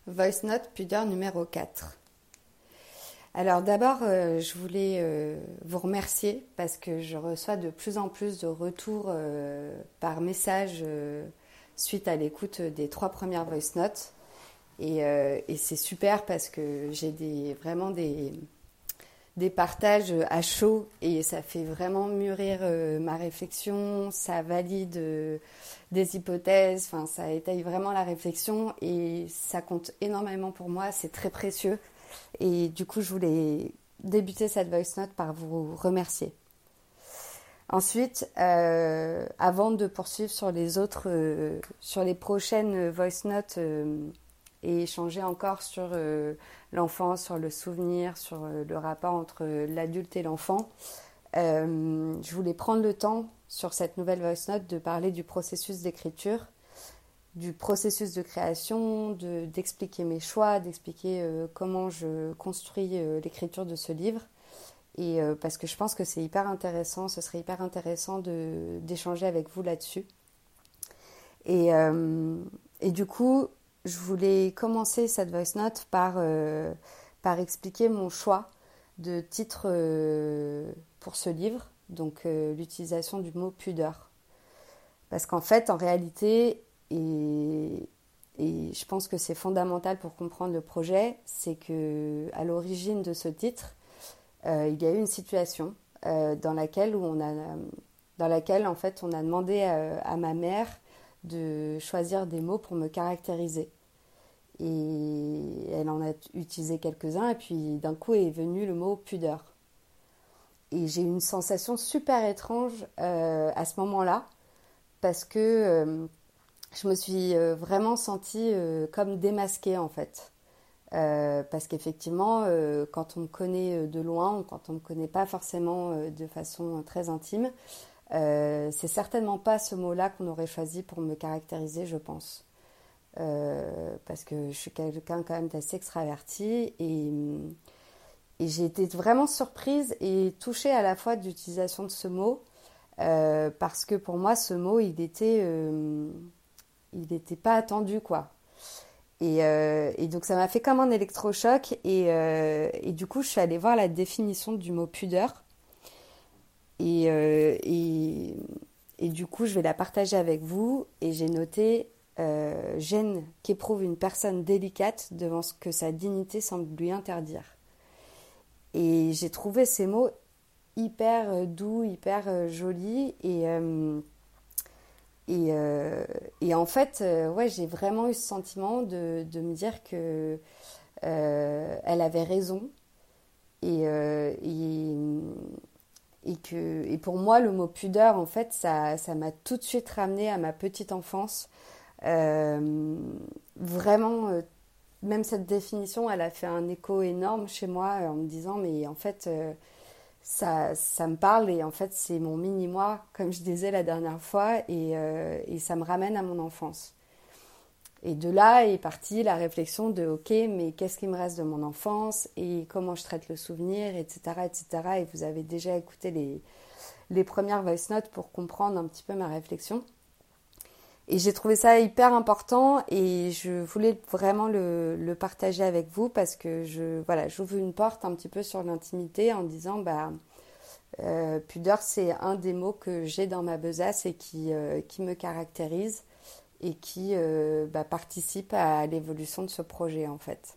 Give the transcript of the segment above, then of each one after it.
Voice Note pudeur numéro 4. Alors d'abord, je voulais vous remercier parce que je reçois de plus en plus de retours par message suite à l'écoute des 3 premières Voice Notes. Et c'est super parce que j'ai vraiment des partages à chaud et ça fait vraiment mûrir ma réflexion, ça valide des hypothèses, enfin ça étaye vraiment la réflexion et ça compte énormément pour moi, c'est très précieux. Et du coup, je voulais débuter cette voice note par vous remercier. Ensuite, avant de poursuivre sur sur les prochaines voice notes et échanger encore sur l'enfance, sur le souvenir, sur le rapport entre l'adulte et l'enfant, je voulais prendre le temps sur cette nouvelle voice note de parler du processus d'écriture, du processus de création, d'expliquer mes choix, d'expliquer comment je construis l'écriture de ce livre. Et parce que je pense que c'est hyper intéressant, ce serait hyper intéressant d'échanger avec vous là-dessus. Et du coup, je voulais commencer cette voice note par expliquer mon choix de titre pour ce livre, donc l'utilisation du mot pudeur. Parce qu'en fait, en réalité, et je pense que c'est fondamental pour comprendre le projet, c'est qu'à l'origine de ce titre, il y a eu une situation dans laquelle en fait, on a demandé à ma mère de choisir des mots pour me caractériser. Et elle en a utilisé quelques-uns, et puis d'un coup est venu le mot pudeur. Et j'ai eu une sensation super étrange à ce moment-là, parce que je me suis vraiment sentie comme démasquée en fait. Parce qu'effectivement, quand on me connaît de loin ou quand on ne me connaît pas forcément de façon très intime, c'est certainement pas ce mot-là qu'on aurait choisi pour me caractériser, je pense. Parce que je suis quelqu'un quand même d'assez extraverti et j'ai été vraiment surprise et touchée à la fois de l'utilisation de ce mot parce que pour moi, ce mot, il était pas attendu, quoi. Et donc ça m'a fait comme un électrochoc et du coup je suis allée voir la définition du mot pudeur et, euh, et, et du coup je vais la partager avec vous et j'ai noté gêne qu'éprouve une personne délicate devant ce que sa dignité semble lui interdire. Et j'ai trouvé ces mots hyper doux, hyper jolis et en fait, ouais, j'ai vraiment eu ce sentiment de me dire que elle avait raison et, euh, et, et pour moi, le mot pudeur, en fait, ça m'a tout de suite ramené à ma petite enfance. Vraiment, même cette définition, elle a fait un écho énorme chez moi en me disant, mais en fait, ça me parle et en fait c'est mon mini-moi, comme je disais la dernière fois, et ça me ramène à mon enfance. Et de là est partie la réflexion de ok, mais qu'est-ce qui me reste de mon enfance et comment je traite le souvenir, etc. etc. Et vous avez déjà écouté les premières voice notes pour comprendre un petit peu ma réflexion. Et j'ai trouvé ça hyper important et je voulais vraiment le partager avec vous parce que voilà, j'ouvre une porte un petit peu sur l'intimité en disant bah pudeur, c'est un des mots que j'ai dans ma besace et qui me caractérise et qui participe à l'évolution de ce projet en fait.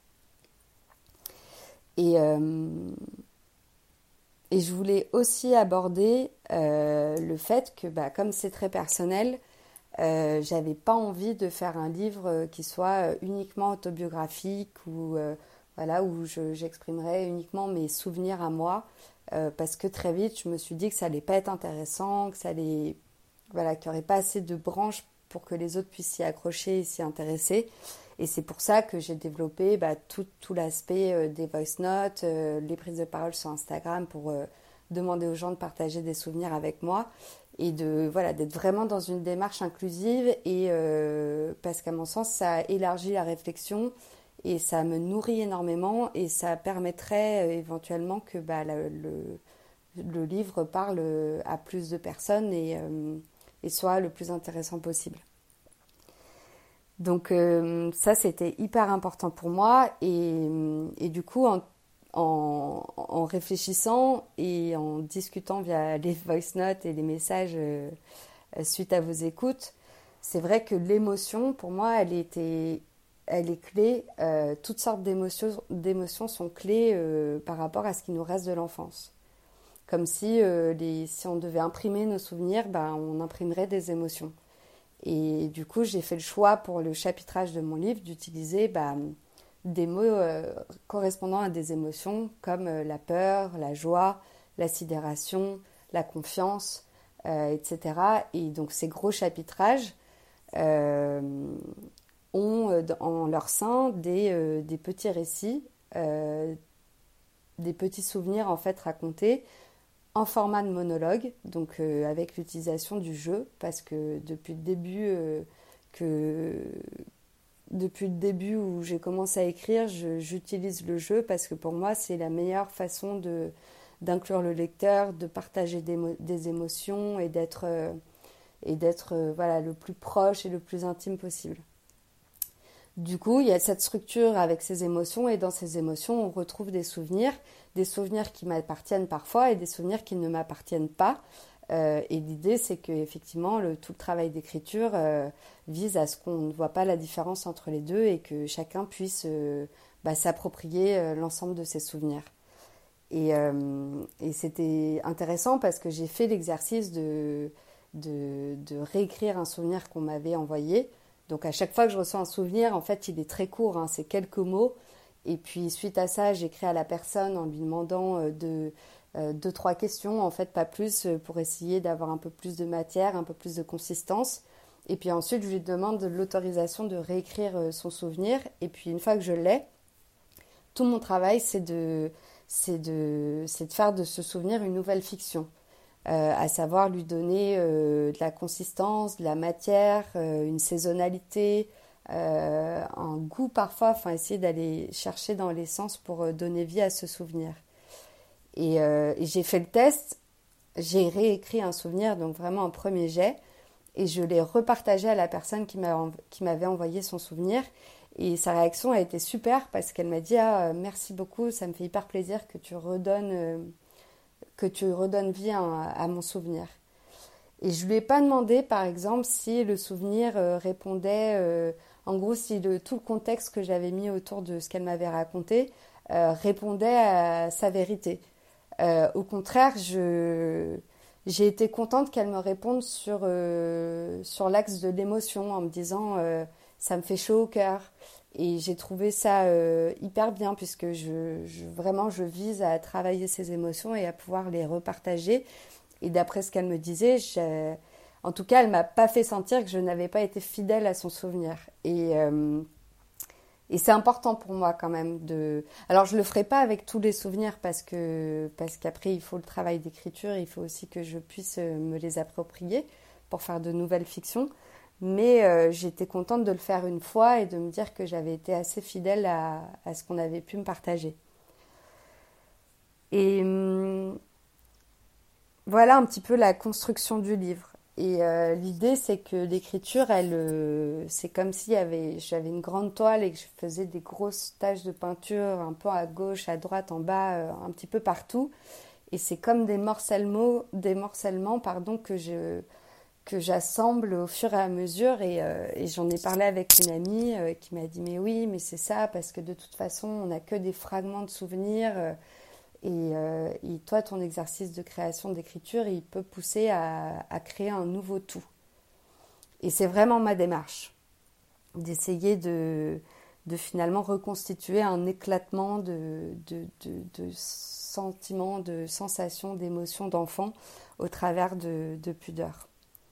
Et, euh, et je voulais aussi aborder le fait que comme c'est très personnel, j'avais pas envie de faire un livre qui soit uniquement autobiographique ou voilà, où j'exprimerais uniquement mes souvenirs à moi parce que très vite je me suis dit que ça allait pas être intéressant, que ça allait voilà, qu'il n'y aurait pas assez de branches pour que les autres puissent s'y accrocher et s'y intéresser. Et c'est pour ça que j'ai développé tout l'aspect des voice notes, les prises de parole sur Instagram pour demander aux gens de partager des souvenirs avec moi et voilà, d'être vraiment dans une démarche inclusive et parce qu'à mon sens ça élargit la réflexion et ça me nourrit énormément et ça permettrait éventuellement que le livre parle à plus de personnes et soit le plus intéressant possible. Donc ça, c'était hyper important pour moi. Et du coup, en réfléchissant et en discutant via les voice notes et les messages suite à vos écoutes, c'est vrai que l'émotion, pour moi, elle est clé. Toutes sortes d'émotions sont clés par rapport à ce qui nous reste de l'enfance. Comme si, si on devait imprimer nos souvenirs, ben, on imprimerait des émotions. Et du coup, j'ai fait le choix pour le chapitrage de mon livre d'utiliser des mots correspondant à des émotions comme la peur, la joie, la sidération, la confiance, etc. Et donc ces gros chapitrages euh, ont en leur sein des petits récits, des petits souvenirs en fait racontés en format de monologue, donc avec l'utilisation du jeu, parce que que depuis le début où j'ai commencé à écrire, j'utilise le jeu parce que pour moi c'est la meilleure façon d'inclure le lecteur, de partager des émotions et d'être voilà, le plus proche et le plus intime possible. Du coup, il y a cette structure avec ces émotions et dans ces émotions, on retrouve des souvenirs qui m'appartiennent parfois et des souvenirs qui ne m'appartiennent pas. Et l'idée, c'est que effectivement, tout le travail d'écriture vise à ce qu'on ne voit pas la différence entre les deux et que chacun puisse s'approprier l'ensemble de ses souvenirs. Et c'était intéressant parce que j'ai fait l'exercice de réécrire un souvenir qu'on m'avait envoyé. Donc à chaque fois que je reçois un souvenir, en fait, il est très court, hein, c'est quelques mots. Et puis suite à ça, j'écris à la personne en lui demandant deux, trois questions, en fait, pas plus, pour essayer d'avoir un peu plus de matière, un peu plus de consistance. Et puis ensuite, je lui demande l'autorisation de réécrire son souvenir. Et puis une fois que je l'ai, tout mon travail, c'est de faire de ce souvenir une nouvelle fiction. À savoir lui donner de la consistance, de la matière, une saisonnalité, un goût parfois, enfin essayer d'aller chercher dans l'essence pour donner vie à ce souvenir. Et j'ai fait le test, j'ai réécrit un souvenir, donc vraiment un premier jet, et je l'ai repartagé à la personne qui m'avait envoyé son souvenir. Et sa réaction a été super parce qu'elle m'a dit merci beaucoup, ça me fait hyper plaisir que tu redonnes vie à mon souvenir. Et je ne lui ai pas demandé, par exemple, si le souvenir répondait, en gros, si tout le contexte que j'avais mis autour de ce qu'elle m'avait raconté répondait à sa vérité. Au contraire, j'ai été contente qu'elle me réponde sur l'axe de l'émotion en me disant ça me fait chaud au cœur. Et j'ai trouvé ça hyper bien puisque vraiment je vise à travailler ces émotions et à pouvoir les repartager. Et d'après ce qu'elle me disait, en tout cas, elle ne m'a pas fait sentir que je n'avais pas été fidèle à son souvenir. Et c'est important pour moi quand même de... Alors je ne le ferai pas avec tous les souvenirs parce qu'après il faut le travail d'écriture, il faut aussi que je puisse me les approprier pour faire de nouvelles fictions. Mais j'étais contente de le faire une fois et de me dire que j'avais été assez fidèle à ce qu'on avait pu me partager. Et voilà un petit peu la construction du livre. Et l'idée, c'est que l'écriture, c'est comme si j'avais une grande toile et que je faisais des grosses taches de peinture un peu à gauche, à droite, en bas, un petit peu partout. Et c'est comme des morcellements pardon, que j'assemble au fur et à mesure et j'en ai parlé avec une amie qui m'a dit mais oui mais c'est ça parce que de toute façon on n'a que des fragments de souvenirs et toi ton exercice de création d'écriture il peut pousser à créer un nouveau tout et c'est vraiment ma démarche d'essayer de finalement reconstituer un éclatement de sentiments, de sensations, d'émotions d'enfant au travers de pudeur.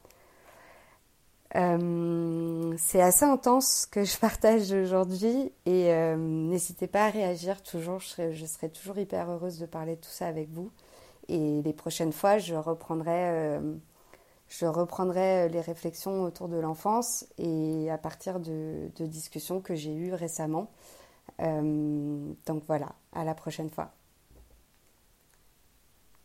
C'est assez intense ce que je partage aujourd'hui et n'hésitez pas à réagir toujours, je serai toujours hyper heureuse de parler de tout ça avec vous et les prochaines fois je reprendrai les réflexions autour de l'enfance et à partir de discussions que j'ai eues récemment. Donc voilà, à la prochaine fois.